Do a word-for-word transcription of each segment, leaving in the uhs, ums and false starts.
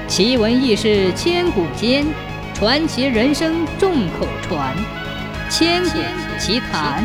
奇闻异事千古间，传奇人生众口传。千古奇谈。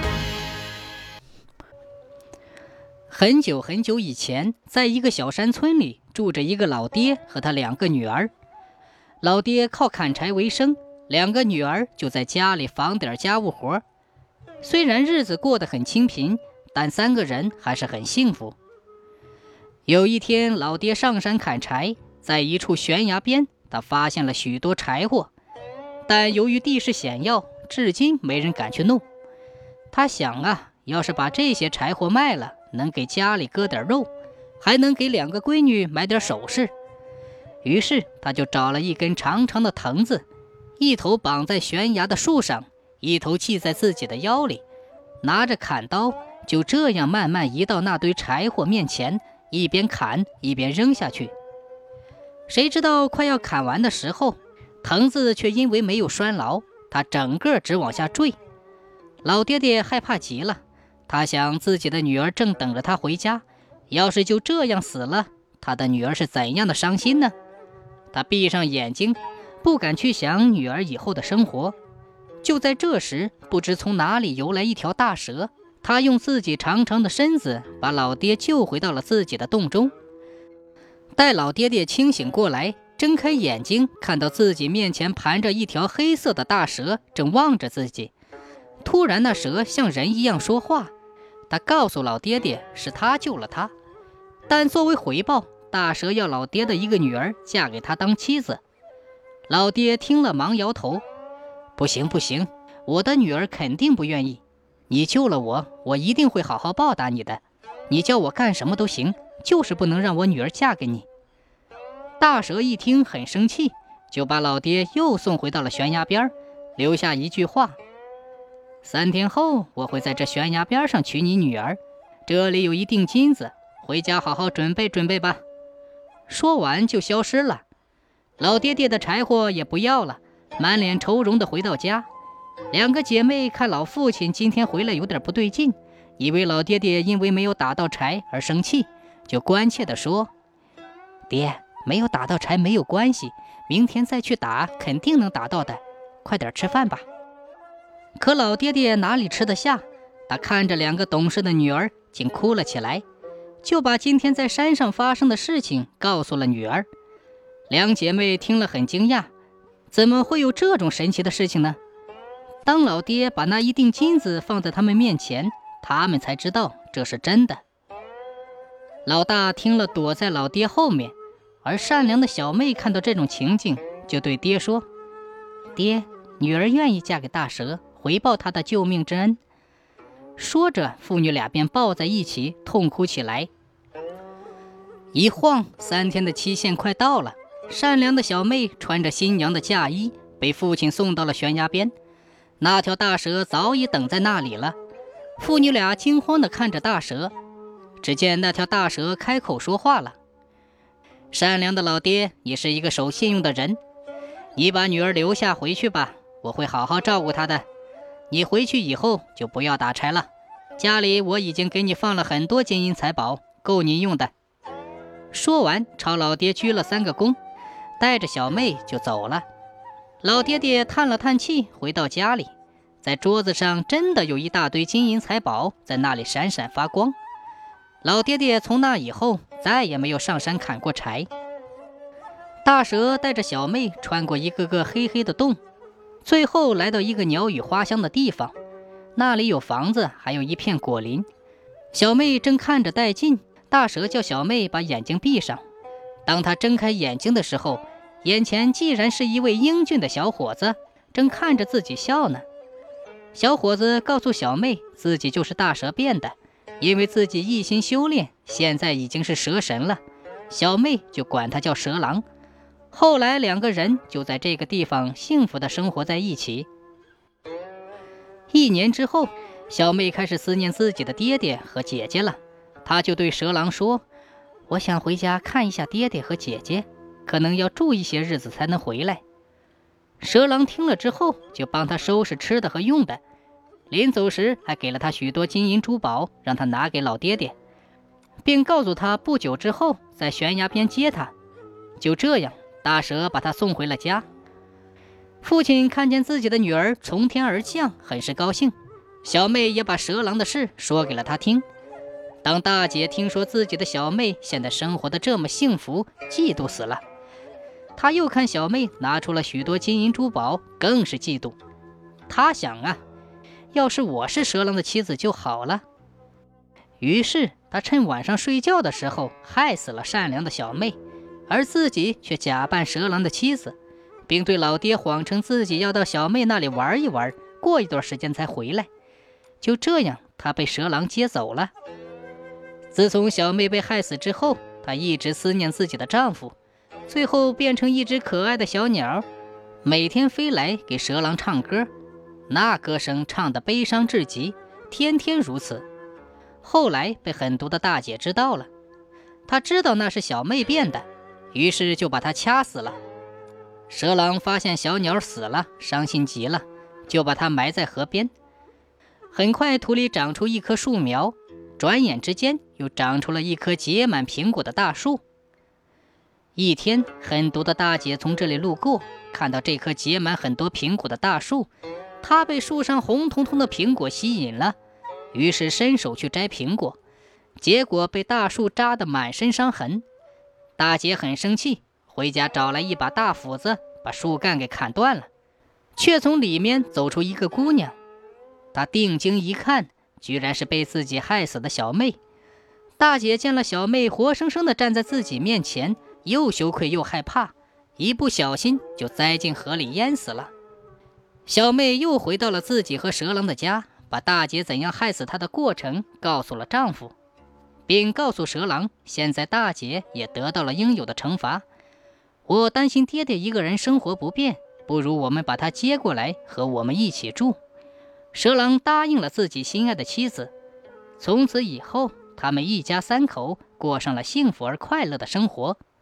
很久很久以前，在一个小山村里，住着一个老爹和他两个女儿。老爹靠砍柴为生，两个女儿就在家里防点家务活。虽然日子过得很清贫，但三个人还是很幸福。有一天，老爹上山砍柴，在一处悬崖边，他发现了许多柴火，但由于地势险要，至今没人敢去弄。他想啊，要是把这些柴火卖了，能给家里割点肉，还能给两个闺女买点首饰。于是他就找了一根长长的藤子，一头绑在悬崖的树上，一头系在自己的腰里，拿着砍刀，就这样慢慢移到那堆柴火面前，一边砍一边扔下去。谁知道快要砍完的时候，藤子却因为没有拴牢，它整个直往下坠。老爹爹害怕极了，他想自己的女儿正等着他回家，要是就这样死了，他的女儿是怎样的伤心呢？他闭上眼睛，不敢去想女儿以后的生活。就在这时，不知从哪里游来一条大蛇，他用自己长长的身子把老爹救回到了自己的洞中。待老爹爹清醒过来，睁开眼睛，看到自己面前盘着一条黑色的大蛇，正望着自己。突然那蛇像人一样说话，他告诉老爹爹是他救了他，但作为回报，大蛇要老爹的一个女儿嫁给他当妻子。老爹听了忙摇头，不行不行，我的女儿肯定不愿意，你救了我，我一定会好好报答你的，你叫我干什么都行，就是不能让我女儿嫁给你。大蛇一听很生气，就把老爹又送回到了悬崖边，留下一句话：三天后我会在这悬崖边上娶你女儿，这里有一锭金子，回家好好准备准备吧。说完就消失了。老爹爹的柴火也不要了，满脸愁容地回到家。两个姐妹看老父亲今天回来有点不对劲，以为老爹爹因为没有打到柴而生气，就关切地说：爹，没有打到柴没有关系，明天再去打肯定能打到的，快点吃饭吧。可老爹爹哪里吃得下，他看着两个懂事的女儿竟哭了起来，就把今天在山上发生的事情告诉了女儿。两姐妹听了很惊讶，怎么会有这种神奇的事情呢？当老爹把那一锭金子放在他们面前，他们才知道这是真的。老大听了躲在老爹后面，而善良的小妹看到这种情景，就对爹说：爹，女儿愿意嫁给大蛇，回报他的救命之恩。说着，父女俩便抱在一起痛哭起来。一晃三天的期限快到了，善良的小妹穿着新娘的嫁衣，被父亲送到了悬崖边。那条大蛇早已等在那里了。父女俩惊慌地看着大蛇，只见那条大蛇开口说话了：善良的老爹，你是一个守信用的人，你把女儿留下回去吧，我会好好照顾她的。你回去以后就不要打柴了，家里我已经给你放了很多金银财宝，够你用的。说完朝老爹鞠了三个躬，带着小妹就走了。老爹爹叹了叹气，回到家里，在桌子上真的有一大堆金银财宝在那里闪闪发光。老爹爹从那以后再也没有上山砍过柴。大蛇带着小妹穿过一个个黑黑的洞，最后来到一个鸟语花香的地方，那里有房子，还有一片果林。小妹正看着带劲，大蛇叫小妹把眼睛闭上。当她睁开眼睛的时候，眼前竟然是一位英俊的小伙子，正看着自己笑呢。小伙子告诉小妹，自己就是大蛇变的，因为自己一心修炼，现在已经是蛇神了，小妹就管他叫蛇郎。后来两个人就在这个地方幸福地生活在一起。一年之后，小妹开始思念自己的爹爹和姐姐了，她就对蛇郎说：我想回家看一下爹爹和姐姐，可能要住一些日子才能回来。蛇郎听了之后，就帮他收拾吃的和用的，临走时还给了他许多金银珠宝，让他拿给老爹爹，并告诉他不久之后在悬崖边接他。 就这样，大蛇把他送回了家。父亲看见自己的女儿从天而降，很是高兴。小妹也把蛇郎的事说给了他听。当大姐听说自己的小妹现在生活的这么幸福，嫉妒死了。她又看小妹拿出了许多金银珠宝，更是嫉妒。她想啊，要是我是蛇郎的妻子就好了。于是她趁晚上睡觉的时候害死了善良的小妹，而自己却假扮蛇郎的妻子，并对老爹谎称自己要到小妹那里玩一玩，过一段时间才回来。就这样，她被蛇郎接走了。自从小妹被害死之后，她一直思念自己的丈夫，最后变成一只可爱的小鸟，每天飞来给蛇郎唱歌。那歌声唱得悲伤至极，天天如此。后来被狠毒的大姐知道了，她知道那是小妹变的，于是就把她掐死了。蛇郎发现小鸟死了，伤心极了，就把它埋在河边。很快土里长出一棵树苗，转眼之间又长出了一棵结满苹果的大树。一天，狠毒的大姐从这里路过，看到这棵结满很多苹果的大树，她被树上红彤彤的苹果吸引了，于是伸手去摘苹果，结果被大树扎得满身伤痕。大姐很生气，回家找来一把大斧子，把树干给砍断了，却从里面走出一个姑娘。她定睛一看，居然是被自己害死的小妹。大姐见了小妹活生生地站在自己面前，又羞愧又害怕，一不小心就栽进河里淹死了。小妹又回到了自己和蛇郎的家，把大姐怎样害死她的过程告诉了丈夫，并告诉蛇郎，现在大姐也得到了应有的惩罚。我担心爹爹一个人生活不便，不如我们把他接过来和我们一起住。蛇郎答应了自己心爱的妻子，从此以后，他们一家三口过上了幸福而快乐的生活。